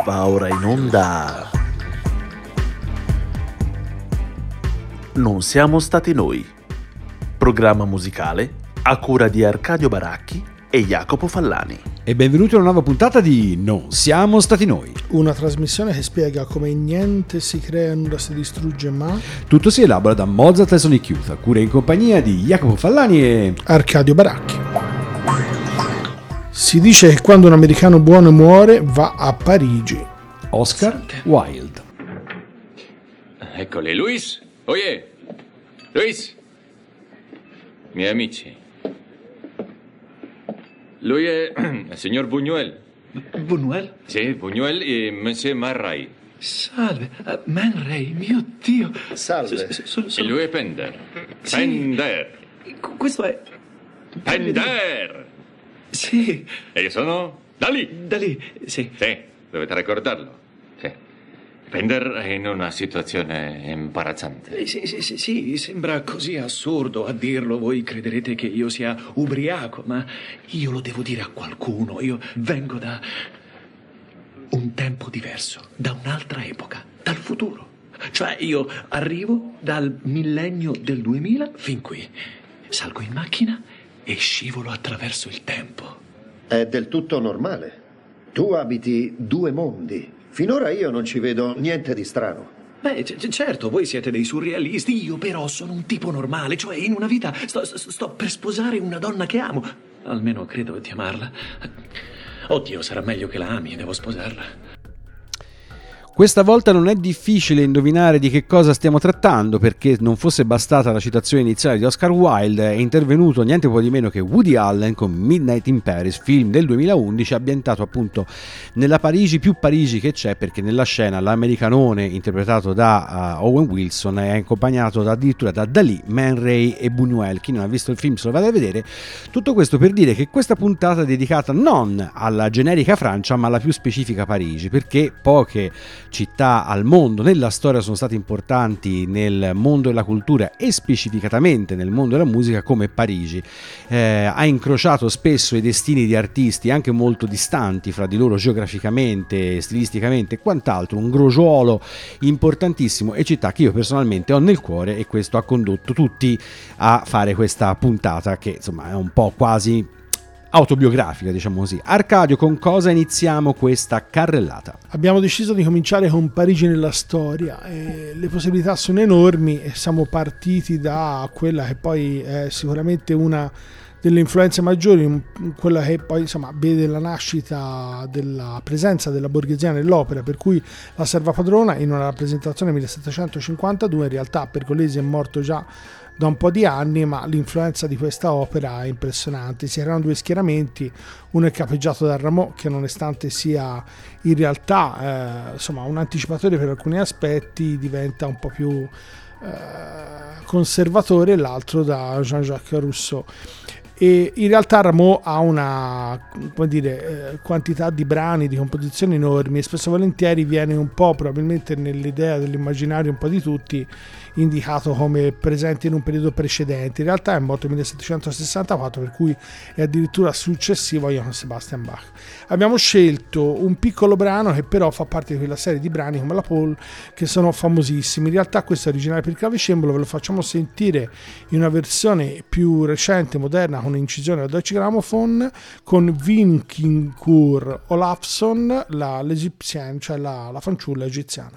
Va ora in onda. Non siamo stati noi. Programma musicale a cura di Arcadio Baracchi e Jacopo Fallani. E benvenuti a una nuova puntata di Non siamo stati noi. Una trasmissione che spiega come niente si crea e nulla si distrugge, ma Tutto si elabora da Mozart e Sonic Youth, a cura in compagnia di Jacopo Fallani e Arcadio Baracchi. Si dice che quando un americano buono muore va a Parigi. Oscar Wilde. Eccoli, Luis. Oye, Luis. Miei amici. Lui è il signor Buñuel. Buñuel? Sì, Buñuel e Monsieur Marray. Salve, Man Ray, mio Dio. Salve. E lui è Pender. Sì. Pender. Questo è... Pender! Sì, E io sono Dalì. da lì, sì. Sì, dovete ricordarlo. Sì. Pender è in una situazione imbarazzante. Sì, sembra così assurdo a dirlo. Voi crederete che io sia ubriaco, ma io lo devo dire a qualcuno. Io vengo da un tempo diverso, da un'altra epoca, dal futuro. Cioè, io arrivo dal millennio del 2000 fin qui. Salgo in macchina e scivolo attraverso il tempo. È del tutto normale. Tu abiti due mondi. Finora io non ci vedo niente di strano. Beh, certo, voi siete dei surrealisti, io però sono un tipo normale, cioè in una vita sto per sposare una donna che amo. Almeno credo di amarla. Oddio, sarà meglio che la ami, devo sposarla. Questa volta non è difficile indovinare di che cosa stiamo trattando, perché non fosse bastata la citazione iniziale di Oscar Wilde, è intervenuto niente po' di meno che Woody Allen con Midnight in Paris, film del 2011 ambientato appunto nella Parigi più Parigi che c'è, perché nella scena l'americanone interpretato da Owen Wilson è accompagnato addirittura da Dalì, Man Ray e Buñuel. Chi non ha visto il film se lo vada a vedere. Tutto questo per dire che questa puntata è dedicata non alla generica Francia ma alla più specifica Parigi, perché poche città al mondo nella storia sono state importanti nel mondo della cultura e specificatamente nel mondo della musica come Parigi. Ha incrociato spesso i destini di artisti anche molto distanti fra di loro geograficamente, stilisticamente e quant'altro, un crogiolo importantissimo e città che io personalmente ho nel cuore, e questo ha condotto tutti a fare questa puntata che insomma è un po' quasi autobiografica, diciamo così. Arcadio, con cosa iniziamo questa carrellata? Abbiamo deciso di cominciare con Parigi nella storia. Le possibilità sono enormi e siamo partiti da quella che poi è sicuramente una delle influenze maggiori, quella che poi insomma vede la nascita della presenza della borghesia nell'opera, per cui la servapadrona in una rappresentazione 1752, in realtà Pergolesi è morto già da un po' di anni, ma l'influenza di questa opera è impressionante. Si erano due schieramenti, uno è capeggiato da Rameau, che nonostante sia in realtà insomma un anticipatore per alcuni aspetti, diventa un po' più conservatore, l'altro da Jean-Jacques Rousseau. E in realtà Rameau ha una quantità di brani, di composizioni enormi, e spesso e volentieri viene un po', probabilmente nell'idea dell'immaginario un po' di tutti, indicato come presente in un periodo precedente. In realtà è morto nel 1764, per cui è addirittura successivo a Johann Sebastian Bach. Abbiamo scelto un piccolo brano che però fa parte di quella serie di brani come la Paul che sono famosissimi. In realtà questo è originale per il clavicembalo, ve lo facciamo sentire in una versione più recente, moderna, con incisione da Deutsche Grammophon, con Winkingur Olafsson, l'Egyptienne, cioè la fanciulla egiziana.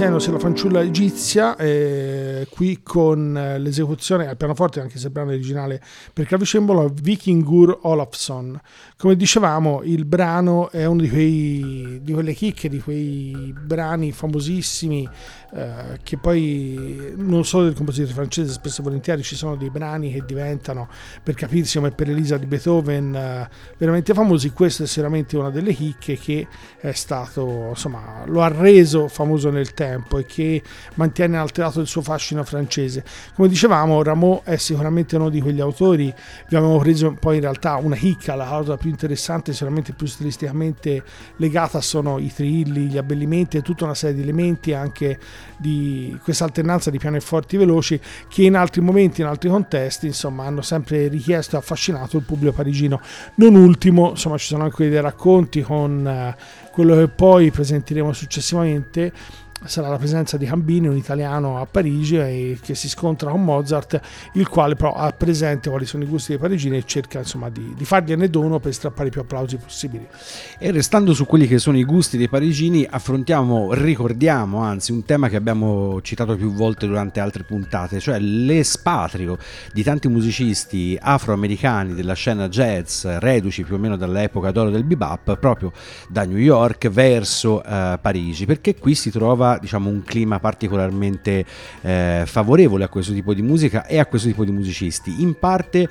Sieno sia la fanciulla egizia, qui con l'esecuzione al pianoforte, anche se il brano originale per clavicembalo, Vikingur Olafsson. Come dicevamo, il brano è uno di quelle chicche, di quei brani famosissimi, che poi non solo del compositore francese, spesso e volentieri ci sono dei brani che diventano, per capirsi, come per Elisa di Beethoven, veramente famosi. Questo è sicuramente una delle chicche che è stato, insomma, lo ha reso famoso nel tempo e che mantiene alterato il suo fascino francese. Come dicevamo, Rameau è sicuramente uno di quegli autori. Vi abbiamo preso poi in realtà una chicca, la cosa più interessante, sicuramente più stilisticamente legata, sono i trilli, gli abbellimenti e tutta una serie di elementi anche di questa alternanza di pianoforti veloci che in altri momenti, in altri contesti, insomma, hanno sempre richiesto e affascinato il pubblico parigino. Non ultimo, insomma, ci sono anche dei racconti con quello che poi presenteremo successivamente. Sarà la presenza di Cambini, un italiano a Parigi, che si scontra con Mozart, il quale però ha presente quali sono i gusti dei parigini e cerca, insomma, di fargliene dono per strappare i più applausi possibili. E restando su quelli che sono i gusti dei parigini, ricordiamo anzi un tema che abbiamo citato più volte durante altre puntate, cioè l'espatrio di tanti musicisti afroamericani della scena jazz, reduci più o meno dall'epoca d'oro del bebop, proprio da New York verso Parigi, perché qui si trova, diciamo, un clima particolarmente favorevole a questo tipo di musica e a questo tipo di musicisti. In parte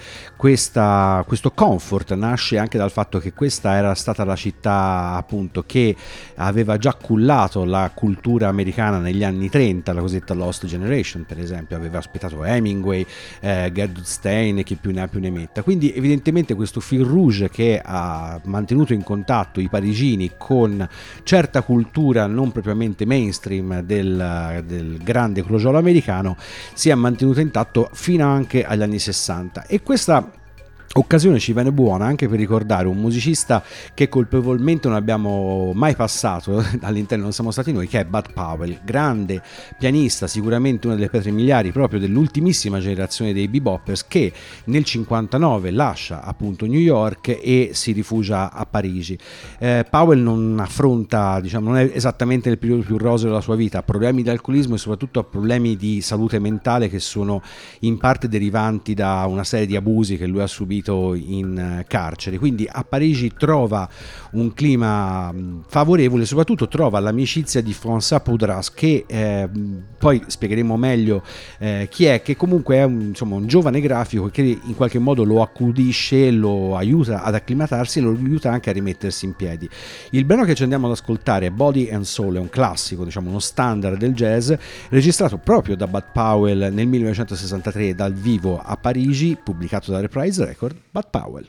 questo comfort nasce anche dal fatto che questa era stata la città, appunto, che aveva già cullato la cultura americana negli anni 30, la cosiddetta Lost Generation, per esempio, aveva ospitato Hemingway, Gertrude Stein, chi più ne ha più ne metta. Quindi evidentemente questo fil rouge che ha mantenuto in contatto i parigini con certa cultura non propriamente mainstream del grande crogiolo americano si è mantenuto intatto fino anche agli anni 60, e questa occasione ci viene buona anche per ricordare un musicista che colpevolmente non abbiamo mai passato all'interno, non siamo stati noi, che è Bud Powell, grande pianista, sicuramente una delle pietre miliari proprio dell'ultimissima generazione dei beboppers, che nel 59 lascia appunto New York e si rifugia a Parigi. Powell non affronta, diciamo, non è esattamente nel periodo più roseo della sua vita, ha problemi di alcolismo e soprattutto ha problemi di salute mentale che sono in parte derivanti da una serie di abusi che lui ha subito in carcere. Quindi a Parigi trova un clima favorevole, soprattutto trova l'amicizia di François Poudras, che poi spiegheremo meglio chi è, che comunque è un giovane grafico che in qualche modo lo accudisce, lo aiuta ad acclimatarsi e lo aiuta anche a rimettersi in piedi. Il brano che ci andiamo ad ascoltare è Body and Soul, è un classico, diciamo uno standard del jazz, registrato proprio da Bud Powell nel 1963 dal vivo a Parigi, pubblicato da Reprise Records. Bud Powell.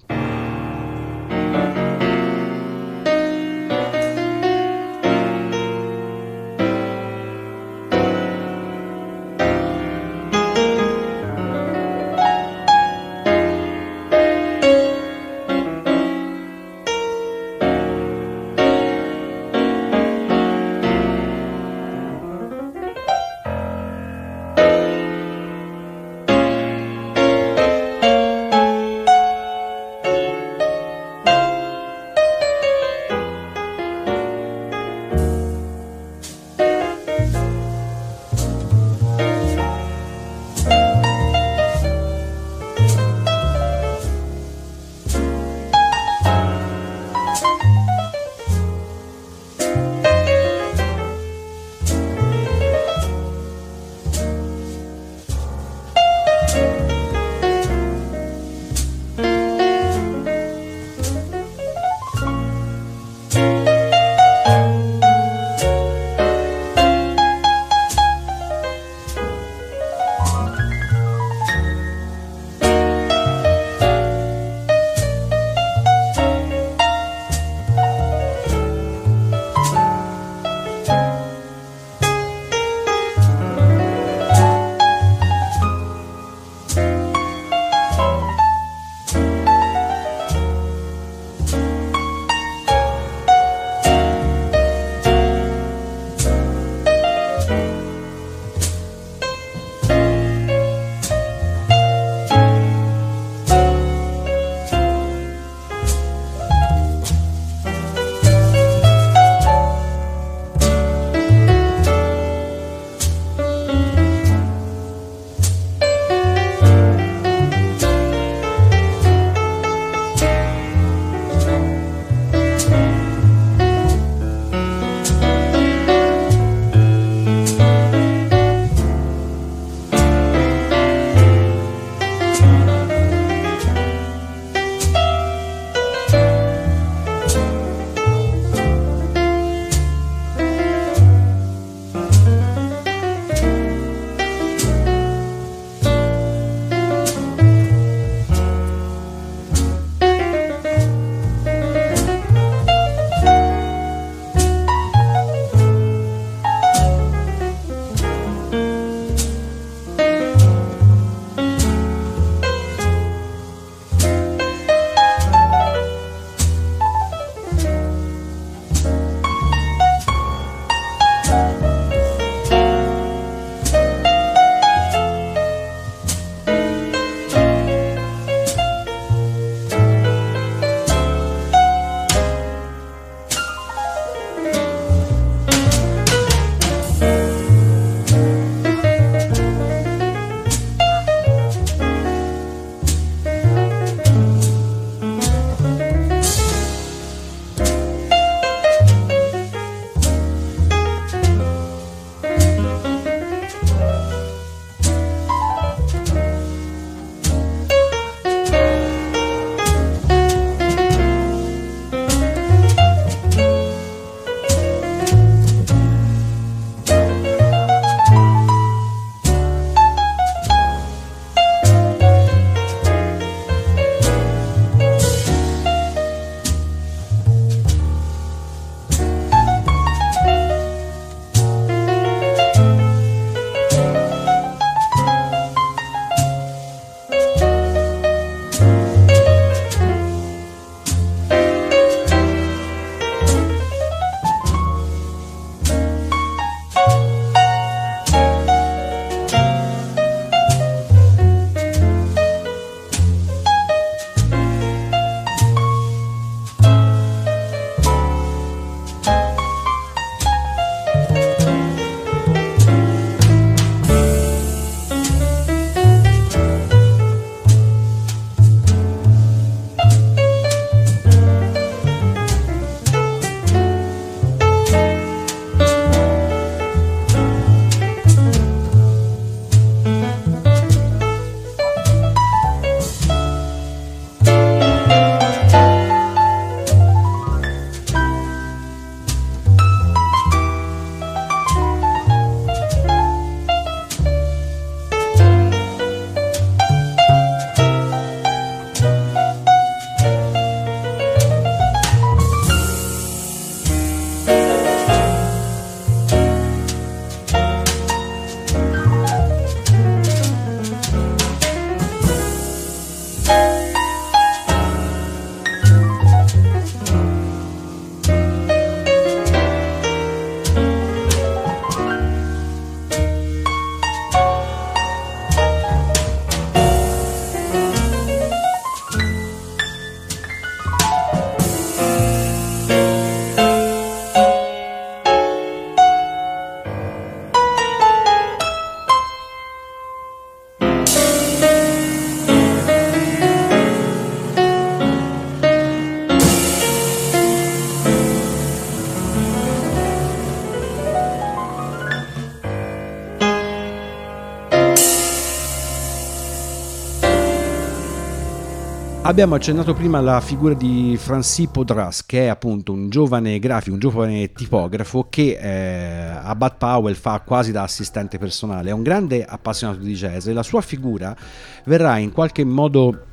Abbiamo accennato prima alla figura di Francis Podras, che è appunto un giovane grafico, un giovane tipografo che a Bud Powell fa quasi da assistente personale. È un grande appassionato di jazz e la sua figura verrà in qualche modo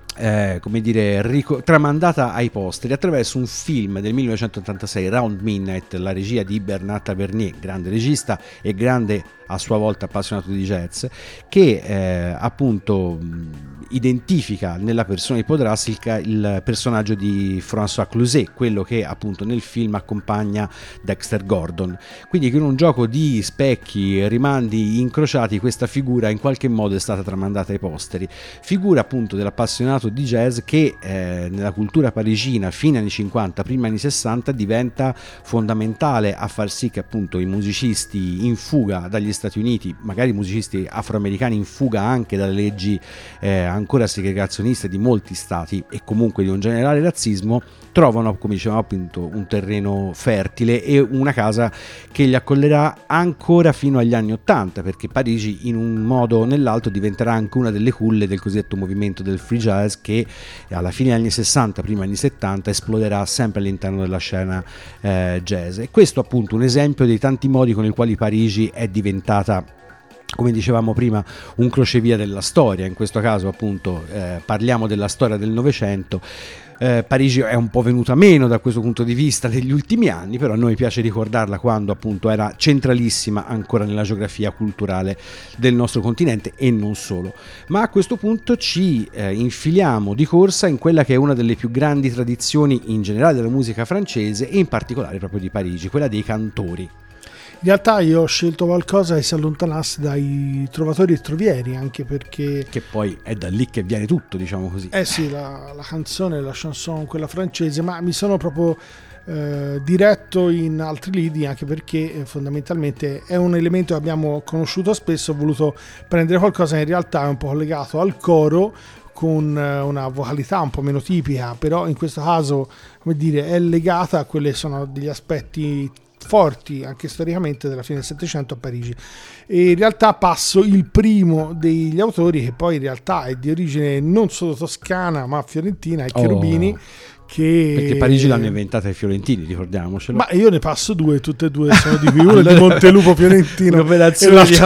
tramandata ai posteri attraverso un film del 1986, Round Midnight, la regia di Bernard Tavernier, grande regista e grande a sua volta appassionato di jazz, che appunto identifica nella persona di Podras il personaggio di François Cluzet, quello che appunto nel film accompagna Dexter Gordon. Quindi con un gioco di specchi, rimandi incrociati, questa figura in qualche modo è stata tramandata ai posteri, figura appunto dell'appassionato di jazz che nella cultura parigina fine anni 50, primi anni 60 diventa fondamentale a far sì che appunto i musicisti in fuga dagli Stati Uniti, magari musicisti afroamericani in fuga anche dalle leggi ancora segregazioniste di molti stati e comunque di un generale razzismo, trovano, come dicevamo appunto, un terreno fertile e una casa che li accoglierà ancora fino agli anni 80, perché Parigi in un modo o nell'altro diventerà anche una delle culle del cosiddetto movimento del free jazz che alla fine degli anni 60, prima anni 70 esploderà sempre all'interno della scena jazz. E questo appunto un esempio dei tanti modi con i quali Parigi è diventata, come dicevamo prima, un crocevia della storia. In questo caso appunto parliamo della storia del Novecento. Parigi è un po' venuta meno da questo punto di vista negli ultimi anni, però a noi piace ricordarla quando appunto era centralissima ancora nella geografia culturale del nostro continente e non solo. Ma a questo punto ci infiliamo di corsa in quella che è una delle più grandi tradizioni in generale della musica francese e in particolare proprio di Parigi, quella dei cantori. In realtà io ho scelto qualcosa che si allontanasse dai trovatori e trovieri, anche perché... Che poi è da lì che viene tutto, diciamo così. Eh sì, la canzone, la chanson, quella francese, ma mi sono proprio diretto in altri lidi, anche perché fondamentalmente è un elemento che abbiamo conosciuto spesso. Ho voluto prendere qualcosa che in realtà è un po' collegato al coro, con una vocalità un po' meno tipica, però in questo caso, come dire, è legata a quelli che sono degli aspetti forti anche storicamente della fine del Settecento a Parigi. E in realtà passo il primo degli autori, che poi in realtà è di origine non solo toscana ma fiorentina, è Cherubini. Perché Parigi l'hanno inventata i fiorentini, ricordiamocelo. Ma io ne passo due, tutte e due sono di qui, uno allora, di Montelupo fiorentino l'operazione di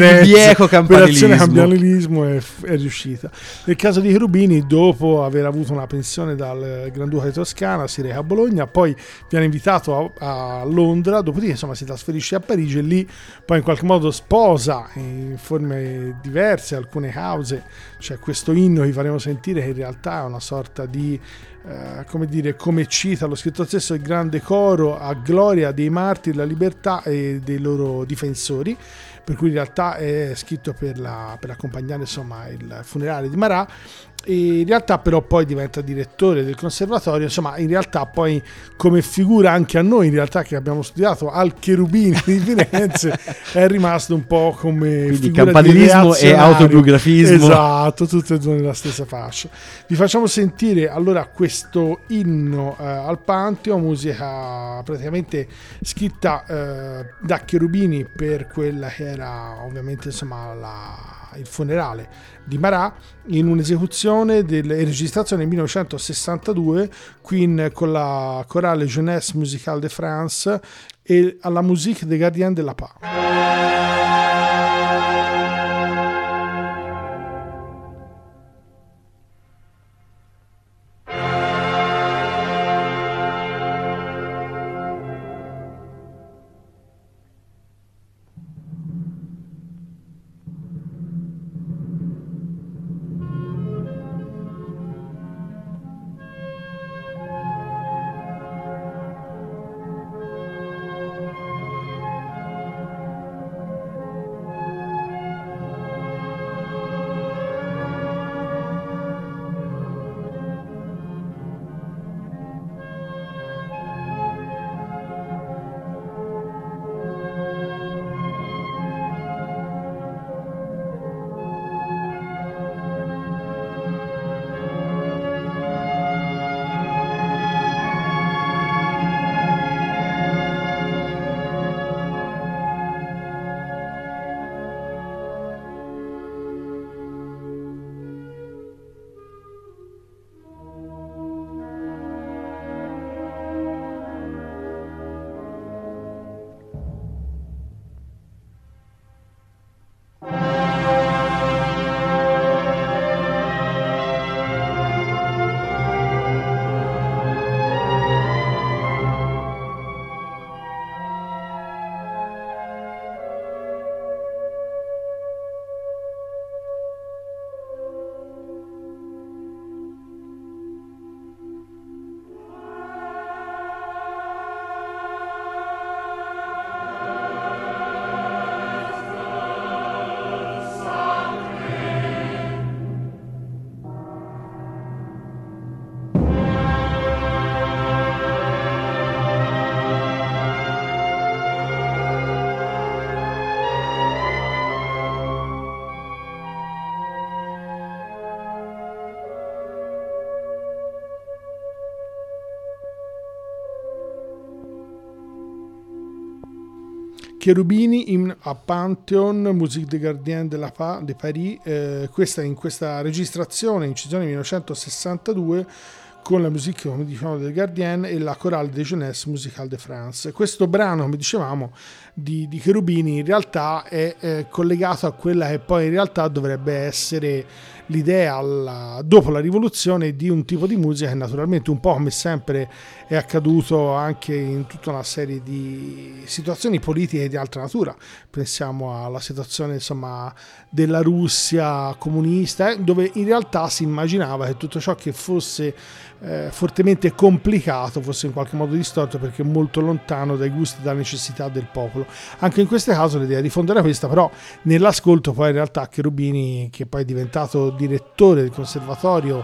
campanilismo è riuscita. Nel caso di Cherubini, dopo aver avuto una pensione dal Granduca di Toscana, si reca a Bologna, poi viene invitato a Londra, dopodiché insomma si trasferisce a Parigi e lì poi in qualche modo sposa in forme diverse alcune cause. C'è questo inno che faremo sentire che in realtà è una sorta di come dire, come cita lo scrittore stesso, il grande coro a gloria dei martiri della libertà e dei loro difensori, per cui in realtà è scritto per accompagnare insomma il funerale di Marat. E in realtà però poi diventa direttore del conservatorio, insomma in realtà poi come figura anche a noi in realtà che abbiamo studiato al Cherubini di Firenze è rimasto un po' come quindi campanilismo e autobiografismo, esatto, tutte e due nella stessa fascia. Vi facciamo sentire allora questo inno al Pantheon, musica praticamente scritta da Cherubini per quella che era ovviamente insomma il funerale di Marat, in un'esecuzione e registrazione nel 1962 con la chorale Jeunesse Musicale de France e alla musique des Gardiens de la Paix. Cherubini in a Pantheon, Musique des Gardiens de Paris, questa in questa registrazione, incisione 1962, con la musica, come dicevamo, del Gardien e la Chorale de Jeunesse Musicale de France. Questo brano, come dicevamo, di Cherubini in realtà è collegato a quella che poi in realtà dovrebbe essere l'idea dopo la rivoluzione di un tipo di musica che naturalmente, un po' come sempre è accaduto anche in tutta una serie di situazioni politiche di altra natura. Pensiamo alla situazione, insomma, della Russia comunista, dove in realtà si immaginava che tutto ciò che fosse fortemente complicato fosse in qualche modo distorto, perché molto lontano dai gusti e dalle necessità del popolo. Anche in questo caso l'idea di fondo era questa, però nell'ascolto poi in realtà Cherubini, che poi è diventato direttore del conservatorio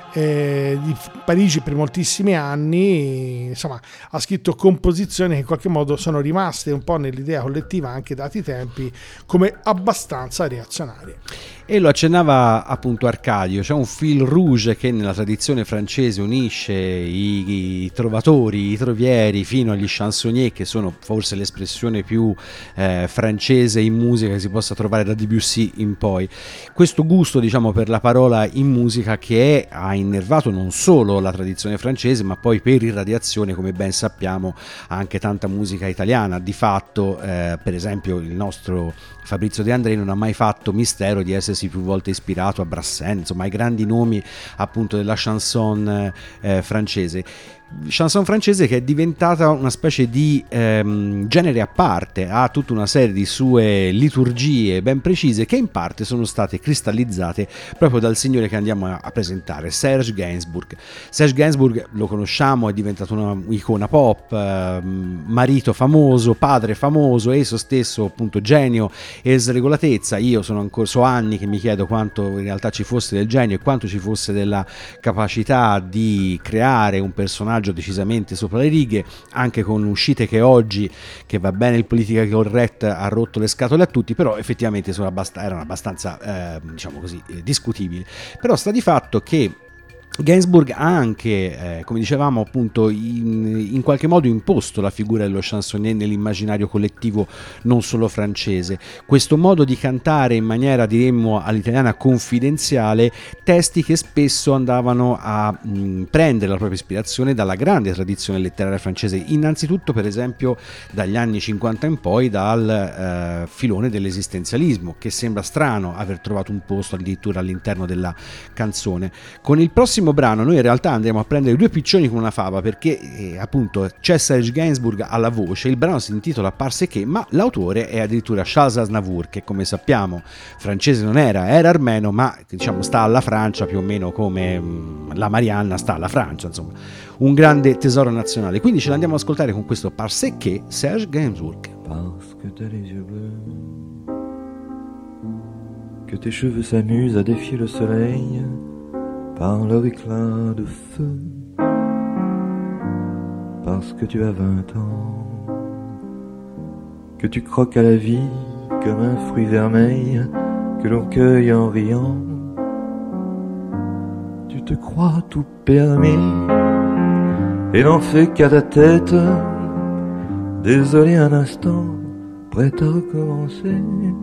di Parigi per moltissimi anni, insomma, ha scritto composizioni che in qualche modo sono rimaste un po' nell'idea collettiva, anche dati i tempi, come abbastanza reazionarie. E lo accennava appunto Arcadio, c'è un fil rouge che nella tradizione francese unisce i trovatori, i trovieri fino agli chansonnier, che sono forse l'espressione più francese in musica che si possa trovare da Debussy in poi. Questo gusto, diciamo, per la parola in musica che ha innervato non solo la tradizione francese, ma poi per irradiazione, come ben sappiamo, anche tanta musica italiana. Di fatto, per esempio, il nostro Fabrizio De André non ha mai fatto mistero di essersi più volte ispirato a Brassens, insomma ai grandi nomi appunto della chanson francese. Chanson francese che è diventata una specie di genere a parte, ha tutta una serie di sue liturgie ben precise che in parte sono state cristallizzate proprio dal signore che andiamo a presentare, Serge Gainsbourg. Serge Gainsbourg lo conosciamo, è diventato un'icona pop, marito famoso, padre famoso, esso stesso appunto genio e sregolatezza. Io so anni che mi chiedo quanto in realtà ci fosse del genio e quanto ci fosse della capacità di creare un personaggio decisamente sopra le righe, anche con uscite che oggi, che va bene il politica correct, ha rotto le scatole a tutti, però effettivamente erano abbastanza diciamo così discutibili. Però sta di fatto che Gainsbourg ha anche, come dicevamo appunto, in qualche modo imposto la figura dello chansonnier nell'immaginario collettivo non solo francese. Questo modo di cantare in maniera, diremmo, all'italiana confidenziale, testi che spesso andavano a prendere la propria ispirazione dalla grande tradizione letteraria francese, innanzitutto per esempio dagli anni 50 in poi dal filone dell'esistenzialismo, che sembra strano aver trovato un posto addirittura all'interno della canzone. Con il prossimo brano noi in realtà andremo a prendere due piccioni con una fava, perché appunto c'è Serge Gainsbourg alla voce, il brano si intitola Parce che, ma l'autore è addirittura Charles Aznavour, che come sappiamo francese non era armeno, ma diciamo sta alla Francia più o meno come la Marianna sta alla Francia, insomma un grande tesoro nazionale. Quindi ce l'andiamo ad ascoltare con questo Parce che, Serge Gainsbourg. Parce que t'as les yeux bleus, que tes cheveux s'amusent à défier le soleil par leur éclat de feu, parce que tu as 20 ans, que tu croques à la vie comme un fruit vermeil que l'on cueille en riant. Tu te crois tout permis et n'en fais qu'à ta tête, désolé un instant, prêt à recommencer.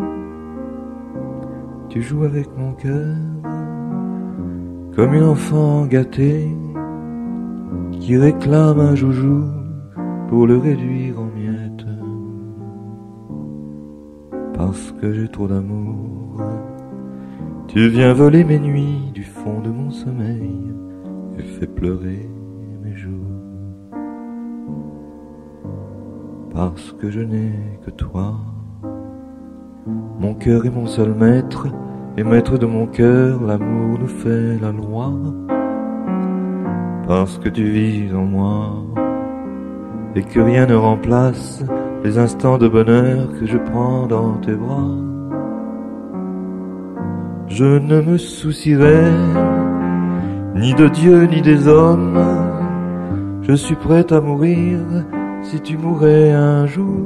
Tu joues avec mon cœur comme une enfant gâtée qui réclame un joujou pour le réduire en miettes. Parce que j'ai trop d'amour, tu viens voler mes nuits du fond de mon sommeil et fais pleurer mes jours. Parce que je n'ai que toi, mon cœur est mon seul maître, et maître de mon cœur, l'amour nous fait la loi. Parce que tu vis en moi, et que rien ne remplace les instants de bonheur que je prends dans tes bras. Je ne me soucierai ni de Dieu ni des hommes, je suis prêt à mourir si tu mourais un jour,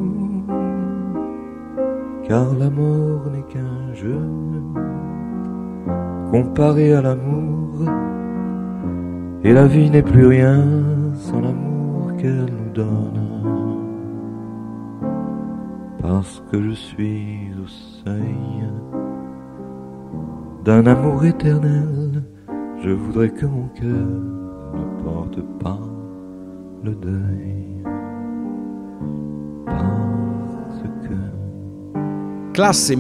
car la mort n'est qu'un jeu comparé à l'amour, et la vie n'est plus rien sans l'amour qu'elle nous donne. parce que je suis au seuil d'un amour éternel. Je voudrais que mon cœur ne porte pas le deuil, parce que Classe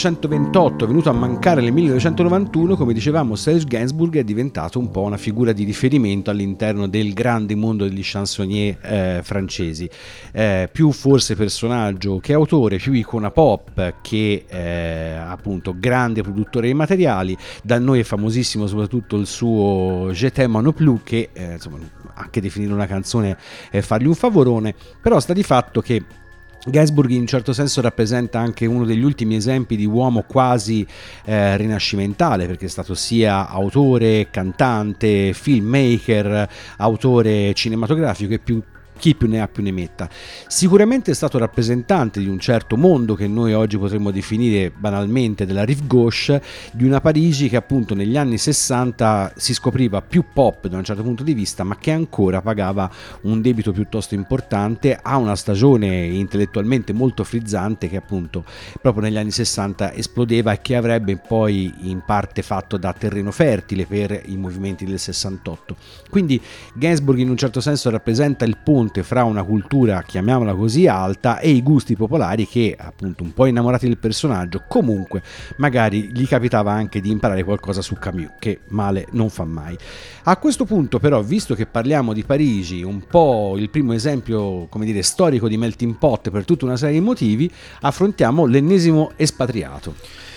1928, venuto a mancare nel 1991, come dicevamo, Serge Gainsbourg è diventato un po' una figura di riferimento all'interno del grande mondo degli chansonnier francesi. Più forse personaggio che autore, più icona pop che appunto grande produttore di materiali. Da noi è famosissimo soprattutto il suo Je t'aime non plus, che insomma anche definire una canzone è fargli un favorone, però sta di fatto che Gainsbourg in un certo senso rappresenta anche uno degli ultimi esempi di uomo quasi rinascimentale, perché è stato sia autore, cantante, filmmaker, autore cinematografico e chi più ne ha più ne metta. Sicuramente è stato rappresentante di un certo mondo che noi oggi potremmo definire banalmente della rive gauche, di una Parigi che appunto negli anni 60 si scopriva più pop da un certo punto di vista, ma che ancora pagava un debito piuttosto importante a una stagione intellettualmente molto frizzante che appunto proprio negli anni 60 esplodeva e che avrebbe poi in parte fatto da terreno fertile per i movimenti del 68. Quindi Gainsbourg in un certo senso rappresenta il ponte fra una cultura, chiamiamola così, alta e i gusti popolari che appunto un po' innamorati del personaggio comunque magari gli capitava anche di imparare qualcosa su Camus, che male non fa mai. A questo punto però, visto che parliamo di Parigi, un po' il primo esempio come dire storico di melting pot per tutta una serie di motivi, affrontiamo l'ennesimo espatriato.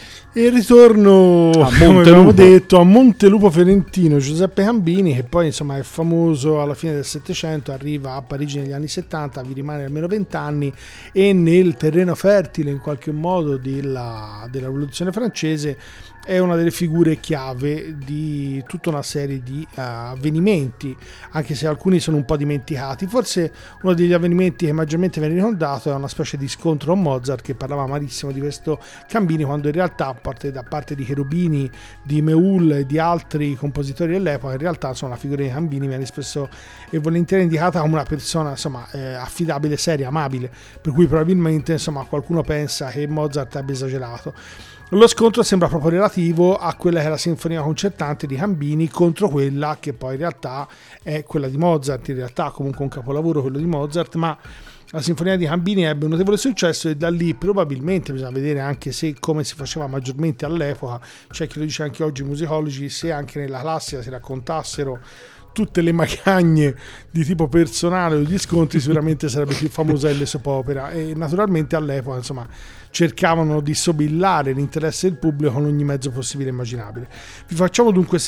E il ritorno, come abbiamo detto, a Montelupo Fiorentino, Giuseppe Cambini, che poi insomma è famoso alla fine del Settecento, arriva a Parigi negli anni 70, vi rimane almeno 20 anni e nel terreno fertile in qualche modo della rivoluzione francese è una delle figure chiave di tutta una serie di avvenimenti, anche se alcuni sono un po' dimenticati. Forse uno degli avvenimenti che maggiormente viene ricordato è una specie di scontro con Mozart, che parlava malissimo di questo Cambini, quando in realtà da parte di Cherubini, di Meul e di altri compositori dell'epoca, in realtà insomma, la figura di Cambini viene spesso e volentieri indicata come una persona insomma affidabile, seria, amabile, per cui probabilmente insomma qualcuno pensa che Mozart abbia esagerato. Lo scontro sembra proprio relativo a quella che è la sinfonia concertante di Cambini contro quella che poi in realtà è quella di Mozart. In realtà comunque un capolavoro quello di Mozart, ma la sinfonia di Cambini ebbe un notevole successo e da lì probabilmente, bisogna vedere anche se come si faceva maggiormente all'epoca, c'è chi lo dice anche oggi, i musicologi, se anche nella classica si raccontassero tutte le magagne di tipo personale o gli scontri, sicuramente sarebbe più famosa le soap opera, e naturalmente all'epoca insomma cercavano di sobillare l'interesse del pubblico con ogni mezzo possibile e immaginabile. Vi facciamo dunque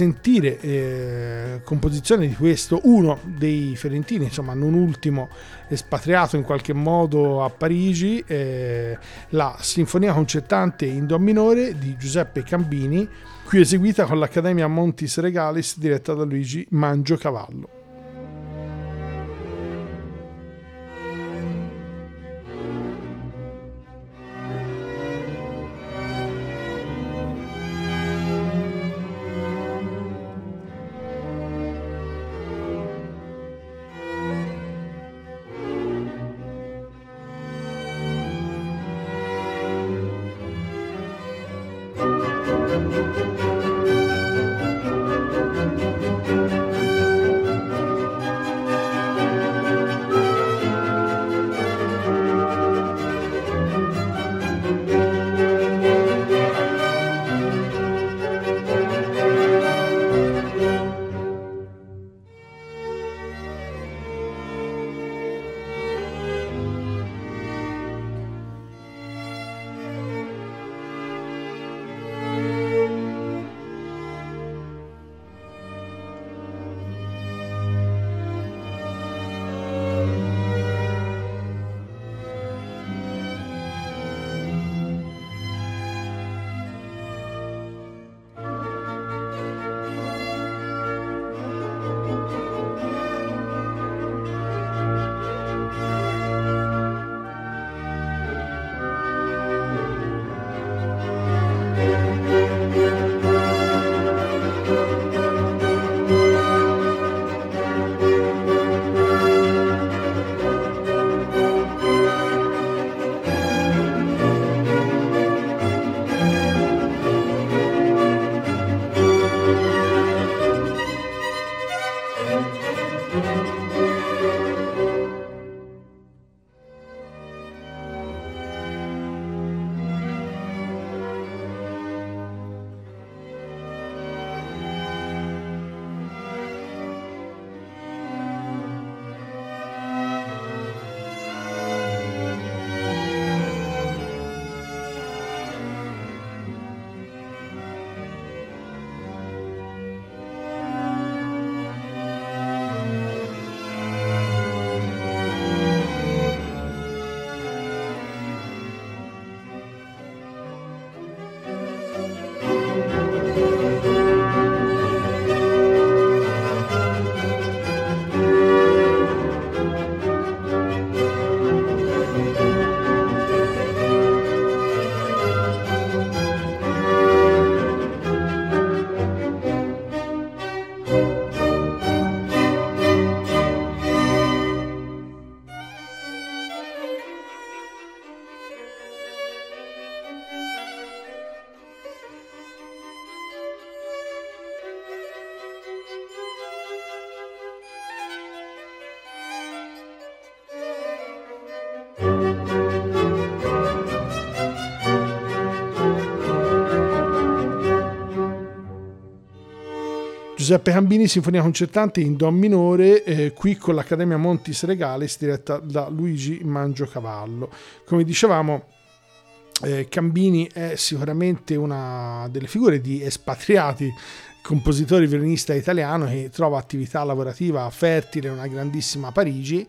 sentire composizione di questo, uno dei fiorentini, insomma non ultimo espatriato in qualche modo a Parigi, la sinfonia concertante in do minore di Giuseppe Cambini, qui eseguita con l'Accademia Montis Regalis diretta da Luigi Mangiocavallo. Giuseppe Cambini, sinfonia concertante in do minore, qui con l'Accademia Montis Regalis diretta da Luigi Mangiocavallo. Come dicevamo, Cambini è sicuramente una delle figure di espatriati, compositore violinista italiano che trova attività lavorativa fertile in una grandissima Parigi,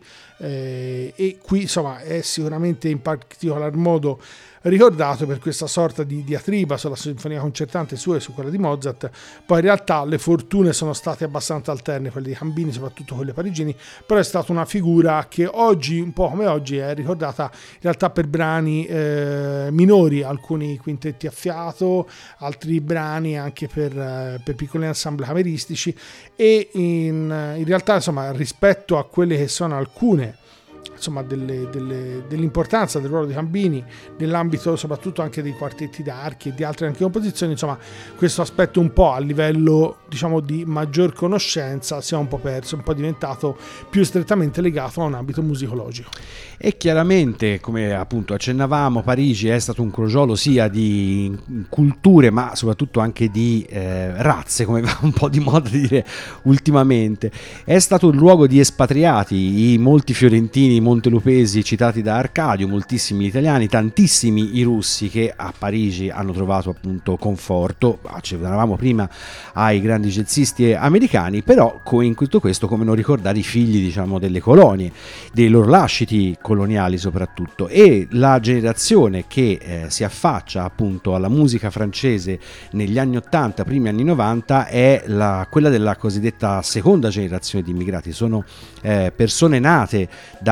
e qui insomma è sicuramente in particolar modo ricordato per questa sorta di diatriba sulla sinfonia concertante sua e su quella di Mozart. Poi in realtà le fortune sono state abbastanza alterne, quelle di Cambini, soprattutto quelle parigini, però è stata una figura che oggi, un po' come oggi, è ricordata in realtà per brani minori, alcuni quintetti a fiato, altri brani anche per piccoli ensemble cameristici, e in realtà insomma rispetto a quelle che sono alcune insomma dell'importanza del ruolo di Cambini nell'ambito soprattutto anche dei quartetti d'archi e di altre anche composizioni, insomma questo aspetto un po' a livello diciamo di maggior conoscenza si è un po' perso, un po' diventato più strettamente legato a un ambito musicologico. E chiaramente, come appunto accennavamo, Parigi è stato un crogiolo sia di culture ma soprattutto anche di razze, come va un po' di moda dire ultimamente. È stato il luogo di espatriati, i molti fiorentini, montelupesi citati da Arcadio, moltissimi italiani, tantissimi i russi che a Parigi hanno trovato appunto conforto. Accennavamo prima ai grandi jazzisti americani, però in tutto questo come non ricordare i figli diciamo delle colonie, dei loro lasciti coloniali soprattutto, e la generazione che si affaccia appunto alla musica francese negli anni 80, primi anni 90 è quella della cosiddetta seconda generazione di immigrati. Sono persone nate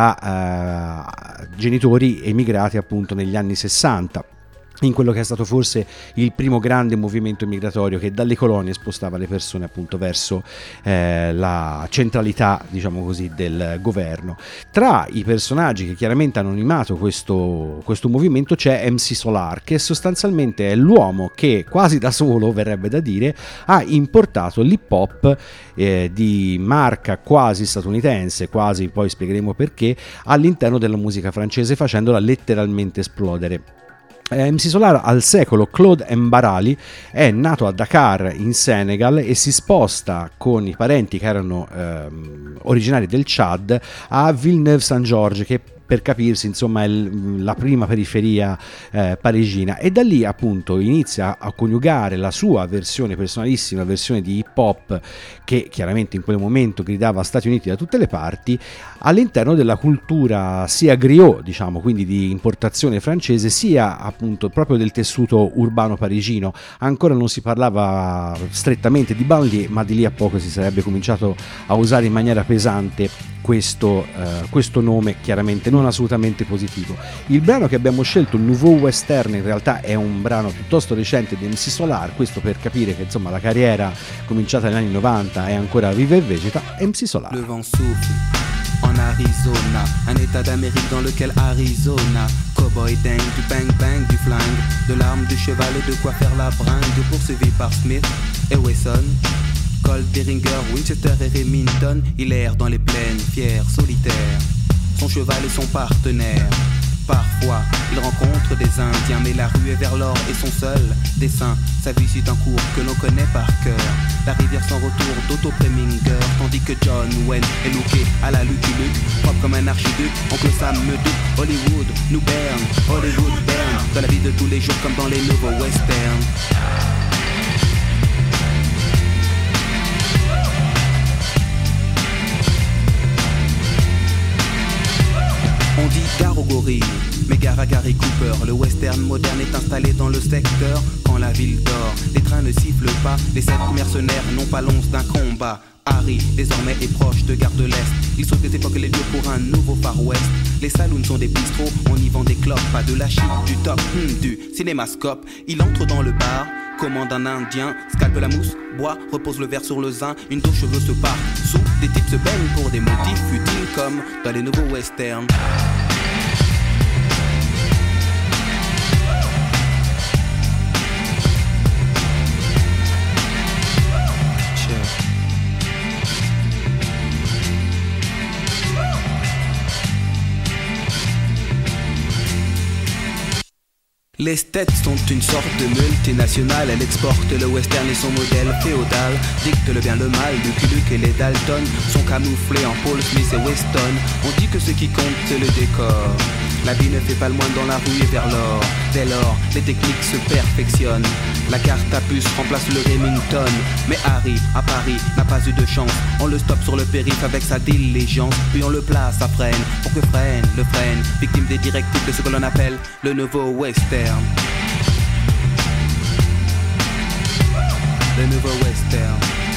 da genitori emigrati appunto negli anni 60, in quello che è stato forse il primo grande movimento migratorio che dalle colonie spostava le persone appunto verso la centralità diciamo così del governo. Tra i personaggi che chiaramente hanno animato questo movimento c'è MC Solar, che sostanzialmente è l'uomo che quasi da solo, verrebbe da dire, ha importato l'hip hop di marca quasi statunitense, quasi, poi spiegheremo perché, all'interno della musica francese, facendola letteralmente esplodere. MC Solar al secolo Claude Mbarali è nato a Dakar in Senegal e si sposta con i parenti che erano originari del Chad a Villeneuve-Saint-Georges, che per capirsi insomma è la prima periferia parigina, e da lì appunto inizia a coniugare la sua versione personalissima, versione di hip hop che chiaramente in quel momento gridava Stati Uniti da tutte le parti, all'interno della cultura sia griot, diciamo, quindi di importazione francese, sia appunto proprio del tessuto urbano parigino. Ancora non si parlava strettamente di banlieue, ma di lì a poco si sarebbe cominciato a usare in maniera pesante questo nome, chiaramente non assolutamente positivo. Il brano che abbiamo scelto, Nouveau Western, in realtà è un brano piuttosto recente di MC Solar, questo per capire che insomma la carriera cominciata negli anni 90 è ancora viva e vegeta. MC Solar. Le vent souffle en Arizona, un état d'Amérique dans lequel Arizona, cowboy dingue, du bang bang, du flingue, de l'arme, du cheval et de quoi faire la bringue, poursuivi par Smith et Wesson, Colt, Derringer, Winchester et Remington. Il erre dans les plaines, fier, solitaire, son cheval et son partenaire. Parfois, il rencontre des Indiens, mais la rue est vers l'or et son seul dessein. Sa vie suit un cours que l'on connaît par cœur, la rivière sans retour d'Otto Preminger, tandis que John Wayne est looké à la Lucky Luke, propre comme un archiduc. Oncle Sam me doute, Hollywood nous berne, Hollywood berne, dans la vie de tous les jours comme dans les nouveaux westerns. On dit gare aux gorilles, mais gare à Gary Cooper. Le western moderne est installé dans le secteur. Quand la ville dort, les trains ne sifflent pas. Les 7 mercenaires n'ont pas l'once d'un combat. Harry, désormais, est proche de Gare de l'Est. Il sauve des époques et les lieux pour un nouveau Far West. Les saloons sont des bistrots, on y vend des clopes. Pas de la shit, du top, du cinémascope. Il entre dans le bar, commande un indien, scalpe la mousse, boit, repose le verre sur le zin. Une dos cheveux se part, sous, des types se baignent pour des motifs futiles comme dans les nouveaux westerns. Les States sont une sorte de multinationale. Elle exporte le western et son modèle féodal. Dicte le bien, le mal, Lucky Luke et les Dalton sont camouflés en Paul Smith et Weston. On dit que ce qui compte c'est le décor. La bille ne fait pas le moine dans la rue et vers l'or. Dès lors, les techniques se perfectionnent. La carte à puce remplace le Remington. Mais Harry, à Paris, n'a pas eu de chance. On le stoppe sur le périph' avec sa diligence. Puis on le place à freine, pour que freine, le freine. Victime des directives de ce que l'on appelle le nouveau western. Le nouveau western.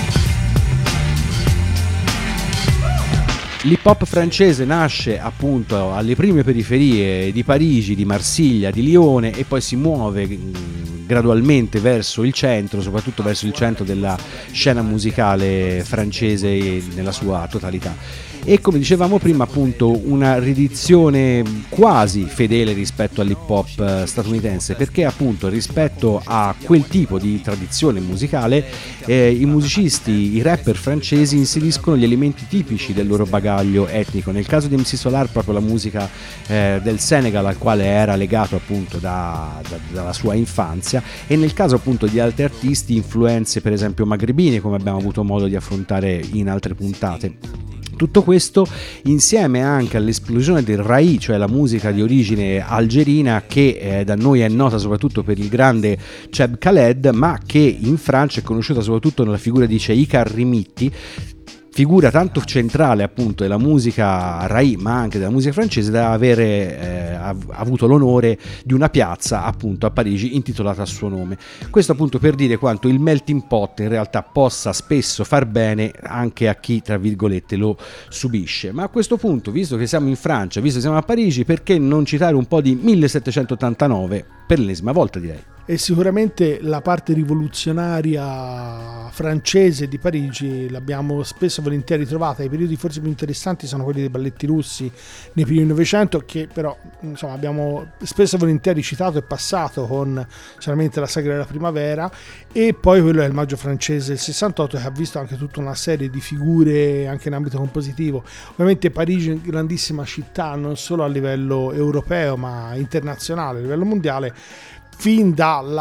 L'hip hop francese nasce appunto alle prime periferie di Parigi, di Marsiglia, di Lione e poi si muove gradualmente verso il centro, soprattutto verso il centro della scena musicale francese nella sua totalità. E come dicevamo prima, appunto, una riedizione quasi fedele rispetto all'hip hop statunitense, perché appunto rispetto a quel tipo di tradizione musicale i musicisti, i rapper francesi inseriscono gli elementi tipici del loro bagaglio etnico. Nel caso di MC Solar proprio la musica del Senegal, al quale era legato appunto dalla sua infanzia, e nel caso appunto di altri artisti influenze per esempio magrebine, come abbiamo avuto modo di affrontare in altre puntate. Tutto questo insieme anche all'esplosione del Rai, cioè la musica di origine algerina, che da noi è nota soprattutto per il grande Cheb Khaled, ma che in Francia è conosciuta soprattutto nella figura di Cheikh Arrimitti, figura tanto centrale appunto della musica Rai ma anche della musica francese, da avere avuto l'onore di una piazza appunto a Parigi intitolata a suo nome. Questo appunto per dire quanto il melting pot in realtà possa spesso far bene anche a chi tra virgolette lo subisce. Ma a questo punto, visto che siamo in Francia, visto che siamo a Parigi, perché non citare un po' di 1789 per l'ennesima volta, direi. E sicuramente la parte rivoluzionaria francese di Parigi l'abbiamo spesso e volentieri trovata. I periodi forse più interessanti sono quelli dei balletti russi nei primi Novecento, che però insomma abbiamo spesso e volentieri citato e passato con solamente la sagra della primavera, e poi quello è il maggio francese del 68, che ha visto anche tutta una serie di figure anche in ambito compositivo. Ovviamente Parigi è una grandissima città non solo a livello europeo ma internazionale, a livello mondiale, fin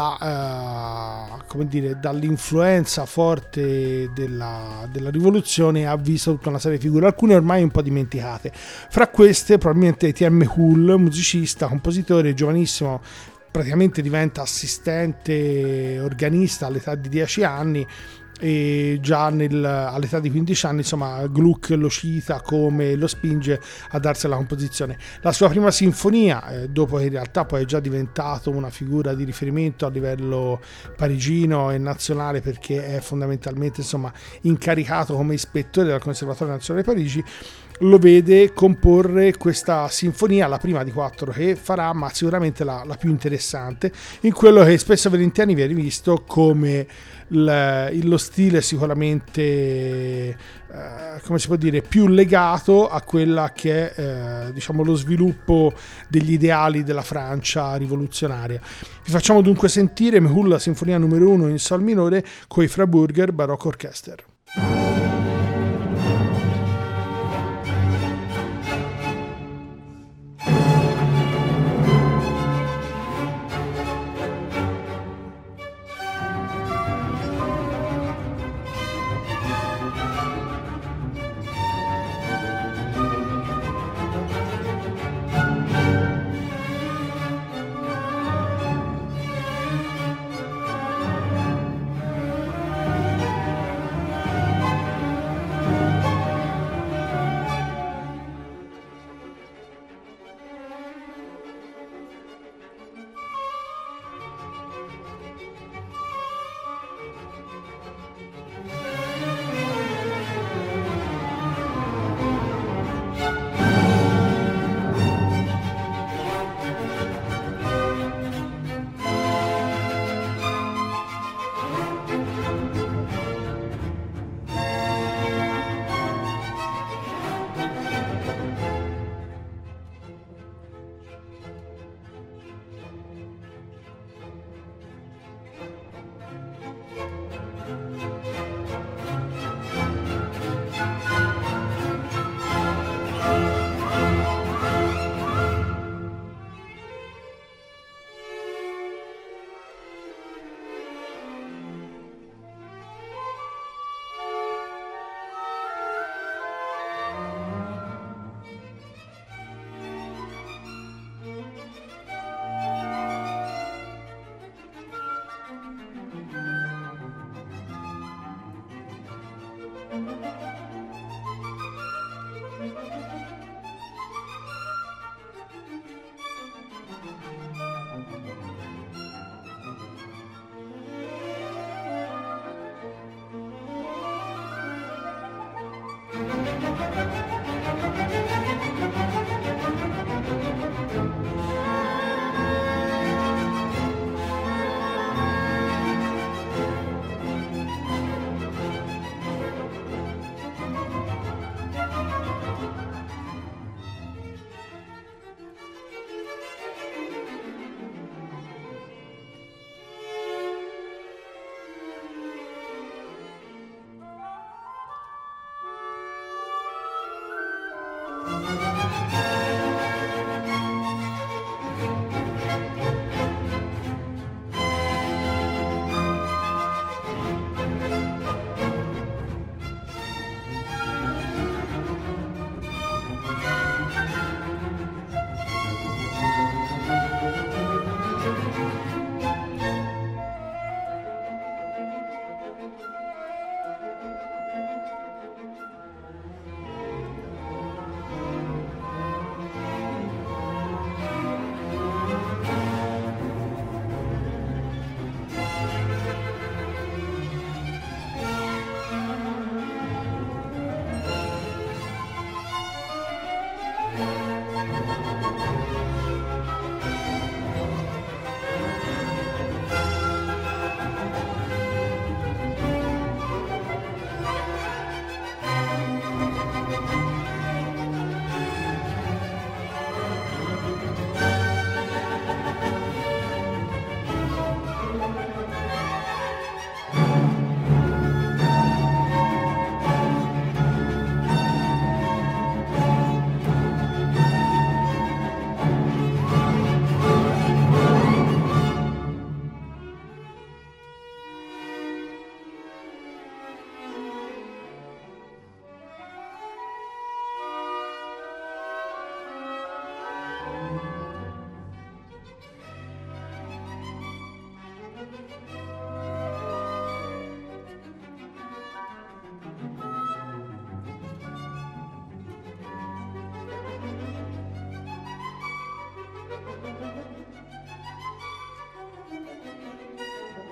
dall'influenza forte della rivoluzione. Ha visto tutta una serie di figure, alcune ormai un po' dimenticate. Fra queste probabilmente Etienne Méhul, musicista, compositore, giovanissimo, praticamente diventa assistente organista all'età di 10 anni, e già all'età di 15 anni insomma Gluck lo cita come lo spinge a darsi alla composizione. La sua prima sinfonia, dopo che in realtà poi è già diventato una figura di riferimento a livello parigino e nazionale, perché è fondamentalmente insomma incaricato come ispettore del Conservatorio Nazionale di Parigi, lo vede comporre questa sinfonia, la prima di 4 che farà, ma sicuramente la più interessante, in quello che spesso e volentieri viene visto come lo stile sicuramente come si può dire più legato a quella che è diciamo lo sviluppo degli ideali della Francia rivoluzionaria. Vi facciamo dunque sentire Méhul, la sinfonia numero 1 in sol minore con i Freiburger Baroque Orchester.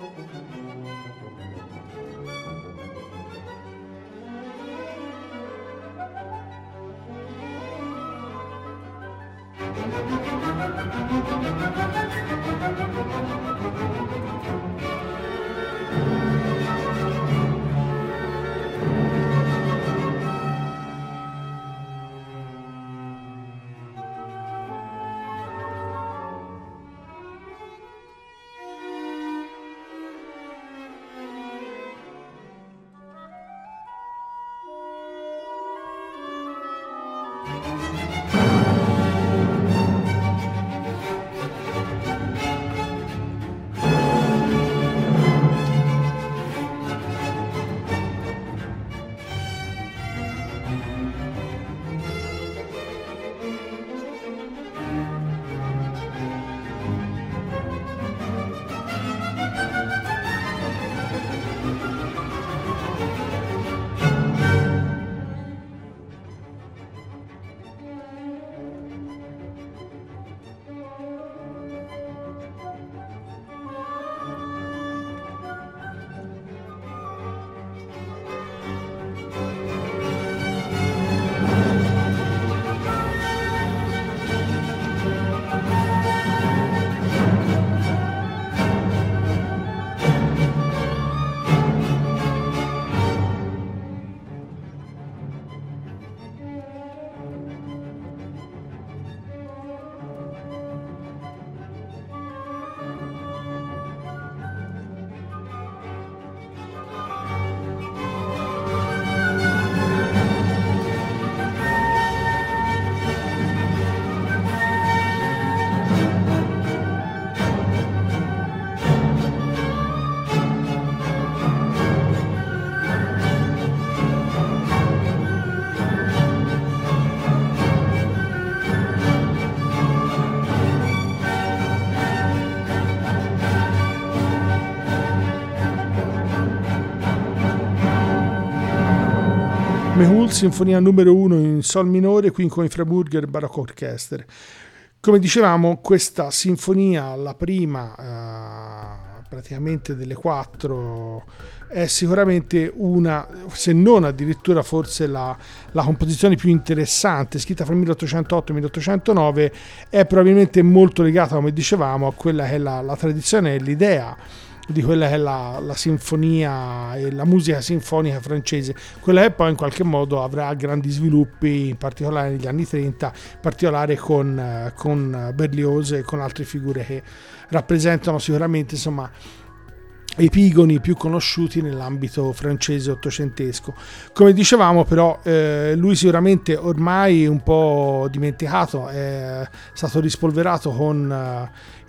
Mehul, sinfonia numero 1 in sol minore, qui con i Freiburger Baroque Orchester. Come dicevamo, questa sinfonia, la prima praticamente delle 4, è sicuramente una, se non addirittura forse la composizione più interessante, scritta fra il 1808 e il 1809, è probabilmente molto legata, come dicevamo, a quella che è la tradizione e l'idea di quella che è la sinfonia e la musica sinfonica francese, quella che poi in qualche modo avrà grandi sviluppi, in particolare negli anni 30, in particolare con Berlioz e con altre figure che rappresentano sicuramente, insomma, epigoni più conosciuti nell'ambito francese ottocentesco. Come dicevamo, però, lui sicuramente ormai un po' dimenticato, è stato rispolverato con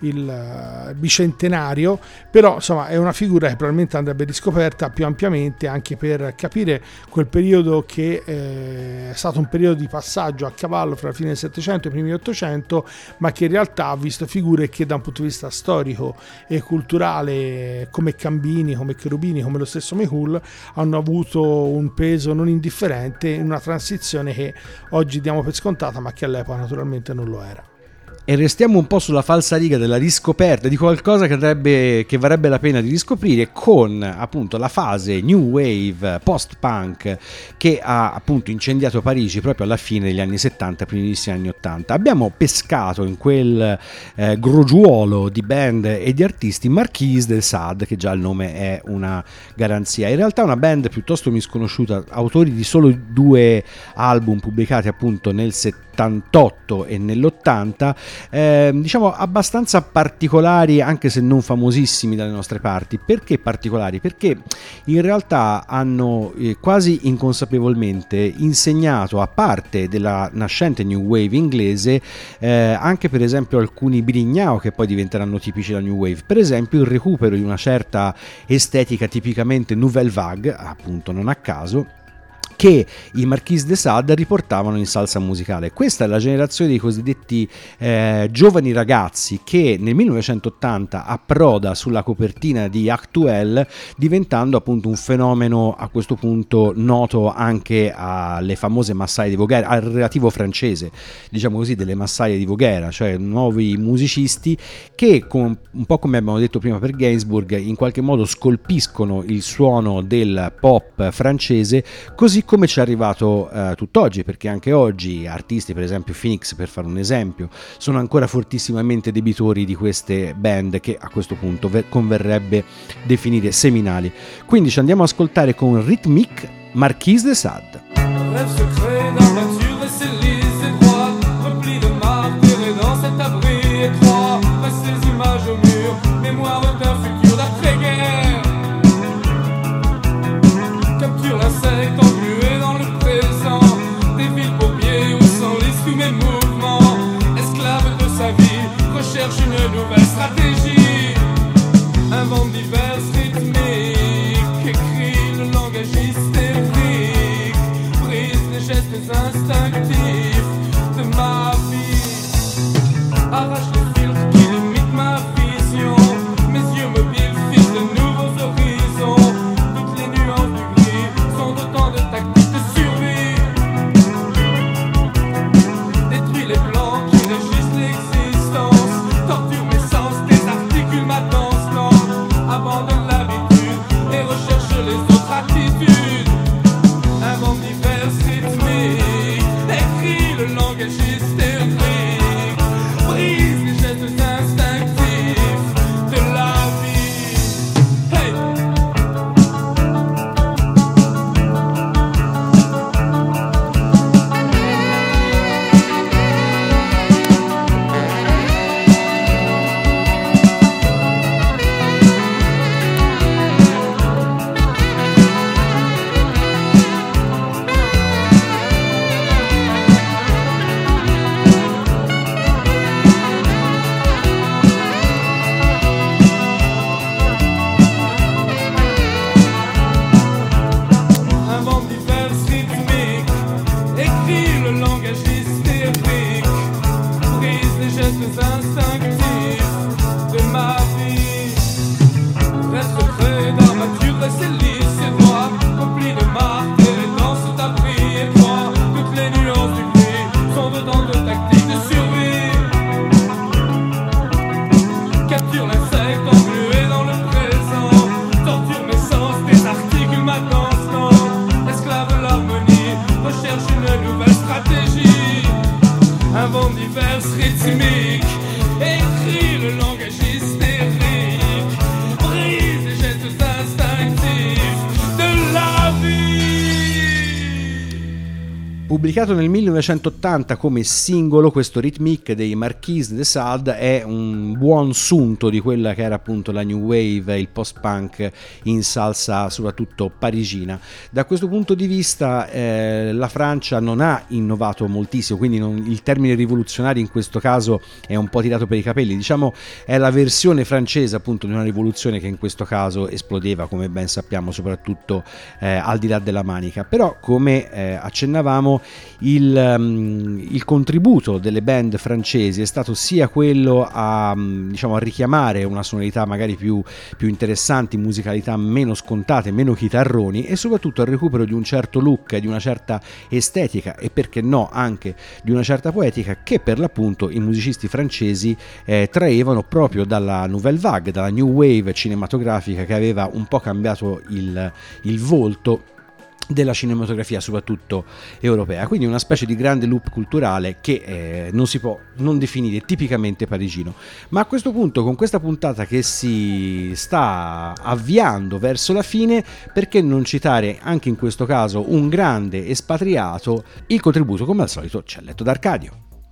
il bicentenario, però insomma è una figura che probabilmente andrebbe riscoperta più ampiamente, anche per capire quel periodo che è stato un periodo di passaggio a cavallo fra la fine del Settecento e i primi dell'Ottocento, ma che in realtà ha visto figure che da un punto di vista storico e culturale, come Cambini, come Cherubini, come lo stesso Mehul, hanno avuto un peso non indifferente in una transizione che oggi diamo per scontata, ma che all'epoca naturalmente non lo era. E restiamo un po' sulla falsariga della riscoperta di qualcosa che varrebbe la pena di riscoprire, con appunto la fase New Wave post-punk che ha appunto incendiato Parigi proprio alla fine degli anni 70, primissimi anni 80. Abbiamo pescato in quel grogiuolo di band e di artisti Marquise del Sade, che già il nome è una garanzia. In realtà una band piuttosto misconosciuta, autori di solo 2 album pubblicati appunto nel 78 e nell'80, diciamo abbastanza particolari, anche se non famosissimi dalle nostre parti. Perché particolari? Perché in realtà hanno quasi inconsapevolmente insegnato, a parte della nascente New Wave inglese, anche per esempio alcuni Brignao che poi diventeranno tipici della New Wave, per esempio il recupero di una certa estetica tipicamente Nouvelle Vague, appunto non a caso, che i Marquis de Sade riportavano in salsa musicale. Questa è la generazione dei cosiddetti giovani ragazzi che nel 1980 approda sulla copertina di Actuel, diventando appunto un fenomeno a questo punto noto anche alle famose massaie di Voghera, al relativo francese, diciamo così, delle massaie di Voghera, cioè nuovi musicisti che, un po' come abbiamo detto prima per Gainsbourg, in qualche modo scolpiscono il suono del pop francese, così come ci è arrivato tutt'oggi, perché anche oggi artisti, per esempio Phoenix, per fare un esempio, sono ancora fortissimamente debitori di queste band che a questo punto converrebbe definire seminali. Quindi ci andiamo ad ascoltare con Rhythmique Marquis de Sade. Cherche une nouvelle stratégie, invente diverses rythmiques, écrit le langage hystérique, brise les gestes instinctifs de ma vie, arrache les filtres qui limitent ma vision, mes yeux mobiles fixent de nouveaux horizons, toutes les nuances du gris sont autant de tactiques de survie, détruis les plans qui régissent l'existence, torture mes sens, désarticule ma danse lente, abandonne l'habitude et recherche les autres attitudes, invente diverses rythmiques, écrit le langage hystérique, brise les gestes instinctifs de la vie. Hey! Invente diverses rythmiques, écrit le langage hystérique, brise les gestes instinctifs de ma vie. Reste secret d'armature et ses lisses, ses doigts remplis de marques et dans cet abri étroit, toutes les nuances du gris sont autant de tactiques de survie. Capture l'insecte englué dans le présent, torture mes sens, désarticule ma danse lente, esclave de l'harmonie, recherche une nouvelle stratégie, invente diverses rythmiques, écrit le langage hystérique, brise les gestes instinctifs de la vie. Pubblicato nel 1980 come singolo, questo Rhythmique dei Marquis de Sade è un buon sunto di quella che era appunto la new wave, il post-punk in salsa soprattutto parigina. Da questo punto di vista la Francia non ha innovato moltissimo, quindi il termine rivoluzionario in questo caso è un po' tirato per i capelli, diciamo è la versione francese appunto di una rivoluzione che in questo caso esplodeva, come ben sappiamo, soprattutto al di là della manica. Però come accennavamo, il contributo delle band francesi è stato sia quello a richiamare una sonorità magari più interessanti, musicalità meno scontate, meno chitarroni, e soprattutto al recupero di un certo look, di una certa estetica e perché no anche di una certa poetica che per l'appunto i musicisti francesi traevano proprio dalla Nouvelle Vague, dalla New Wave cinematografica che aveva un po' cambiato il volto della cinematografia soprattutto europea, quindi una specie di grande loop culturale che non si può non definire tipicamente parigino. Ma a questo punto, con questa puntata che si sta avviando verso la fine, perché non citare anche in questo caso un grande espatriato? Il contributo, come al solito, c'è letto d'Arcadio.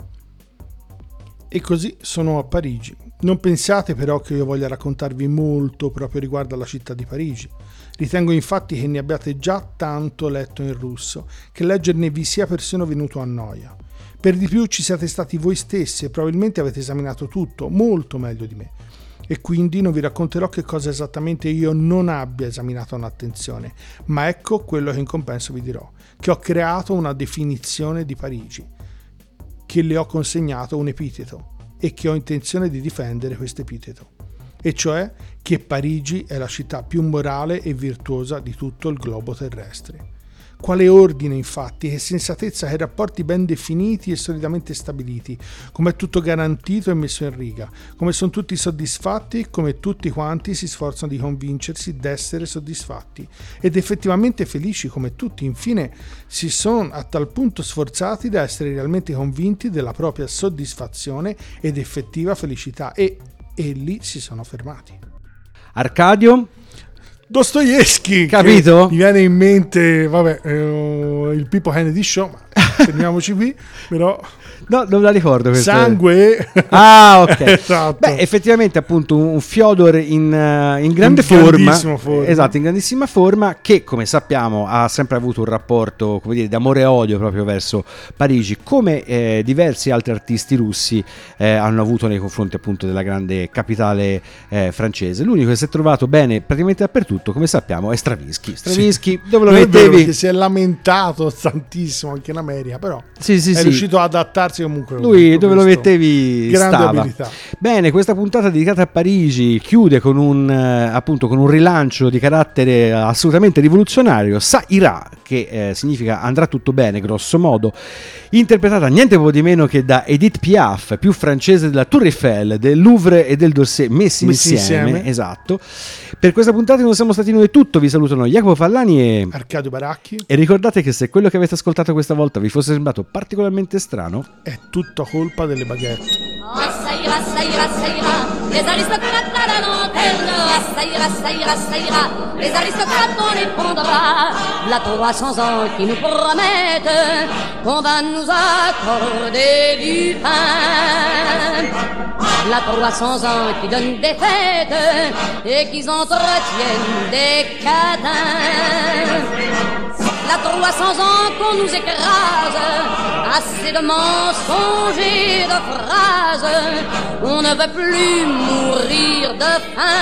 E così sono a Parigi. Non pensiate però che io voglia raccontarvi molto proprio riguardo alla città di Parigi. Ritengo infatti che ne abbiate già tanto letto in russo, che leggerne vi sia persino venuto a noia. Per di più ci siete stati voi stessi e probabilmente avete esaminato tutto molto meglio di me. e quindi non vi racconterò che cosa esattamente io non abbia esaminato con attenzione, ma ecco quello che in compenso vi dirò, che ho creato una definizione di Parigi, che le ho consegnato un epiteto e che ho intenzione di difendere questo epiteto, e cioè che Parigi è la città più morale e virtuosa di tutto il globo terrestre. Quale ordine, infatti, che sensatezza, che rapporti ben definiti e solidamente stabiliti, come è tutto garantito e messo in riga, come sono tutti soddisfatti, come tutti quanti si sforzano di convincersi d'essere soddisfatti ed effettivamente felici, come tutti infine si sono a tal punto sforzati da essere realmente convinti della propria soddisfazione ed effettiva felicità, e lì si sono fermati. Arcadio? Dostoevsky, capito? Mi viene in mente, il Pippo Kennedy Show, ma fermiamoci qui, però no, non la ricordo questa. Sangue. Ah, ok. Esatto. Beh, effettivamente appunto un Fyodor in grande forma. Esatto, in grandissima forma, che come sappiamo ha sempre avuto un rapporto, come dire, d'amore e odio proprio verso Parigi, come diversi altri artisti russi hanno avuto nei confronti appunto della grande capitale francese. L'unico che si è trovato bene praticamente dappertutto, come sappiamo, è Stravinsky. Stravinsky, sì. Dove lo mettevi? Che si è lamentato tantissimo anche in America, però sì, è riuscito ad adattarsi comunque. Lui dove lo mettevi grande stava. Abilità. Bene, questa puntata dedicata a Parigi chiude con un rilancio di carattere assolutamente rivoluzionario. Ça ira, che significa andrà tutto bene, grosso modo, interpretata niente po' di meno che da Edith Piaf, più francese della Tour Eiffel, del Louvre e del Dorsey messi insieme. Esatto. Per questa puntata non siamo stati noi, tutto. Vi salutano Jacopo Fallani e Arcadio Baracchi, e ricordate che se quello che avete ascoltato questa volta vi fosse sembrato particolarmente strano, è tutta colpa delle baguette. Ça ira, ça ira, ça ira, les aristocrates à la lanterne. Ça ira, ça ira, ça ira, les aristocrates on les pondra. La 300 ans qui nous promettent qu'on va nous accorder du pain. La 300 ans qui donnent des fêtes et qui entretiennent des cadins. La 300 ans qu'on nous écrase, assez de mensonges et de phrases, on ne veut plus mourir de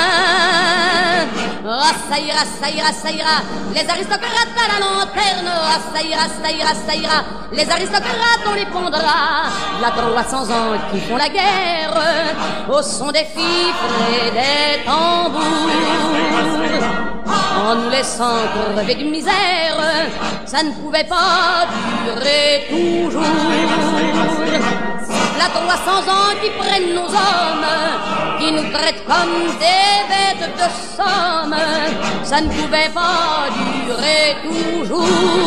faim. Ah, ça ira, ça ira, ça ira, les aristocrates à la lanterne. Ah, ça ira, ça ira, ça ira, les aristocrates on les pondra. La 300 ans qui font la guerre au son des fifres et des tambours, en nous laissant crever de misère, ça ne pouvait pas durer toujours. La 300 ans qui prennent nos hommes, qui nous traitent comme des bêtes de somme, ça ne pouvait pas durer toujours.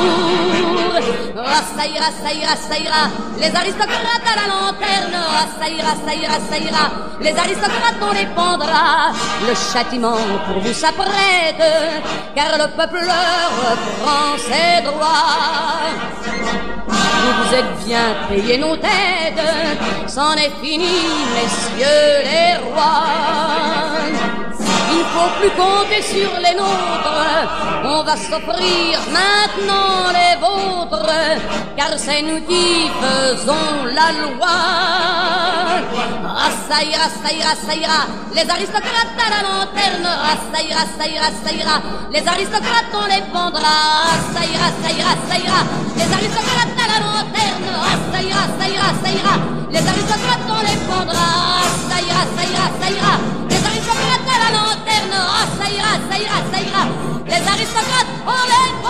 Ah, ça ira, ça ira, ça ira, les aristocrates à la lanterne. Ah, ça ira, ça ira, ça ira, les aristocrates on les pendra. Le châtiment pour vous s'apprête, car le peuple reprend ses droits. Vous êtes bien payés nos têtes, c'en est fini, messieurs les rois. Il ne faut plus compter sur les nôtres, on va s'offrir maintenant les vôtres, car c'est nous qui faisons la loi. Ah, ça ira, ça ira, ça ira, les aristocrates à la lanterne. Ah, ça ira, ça ira, ça ira, les aristocrates on les pendra. Ah, ça ira, ça ira, ça ira, les aristocrates à la lanterne. Ah, ça ira, ça ira, ça ira, les aristocrates on les pendra. Ah, ça ira, ça ira, ça ira, les aristocrates à la lanterne. Ah, ça ira, ça ira, ça ira, les aristocrates on les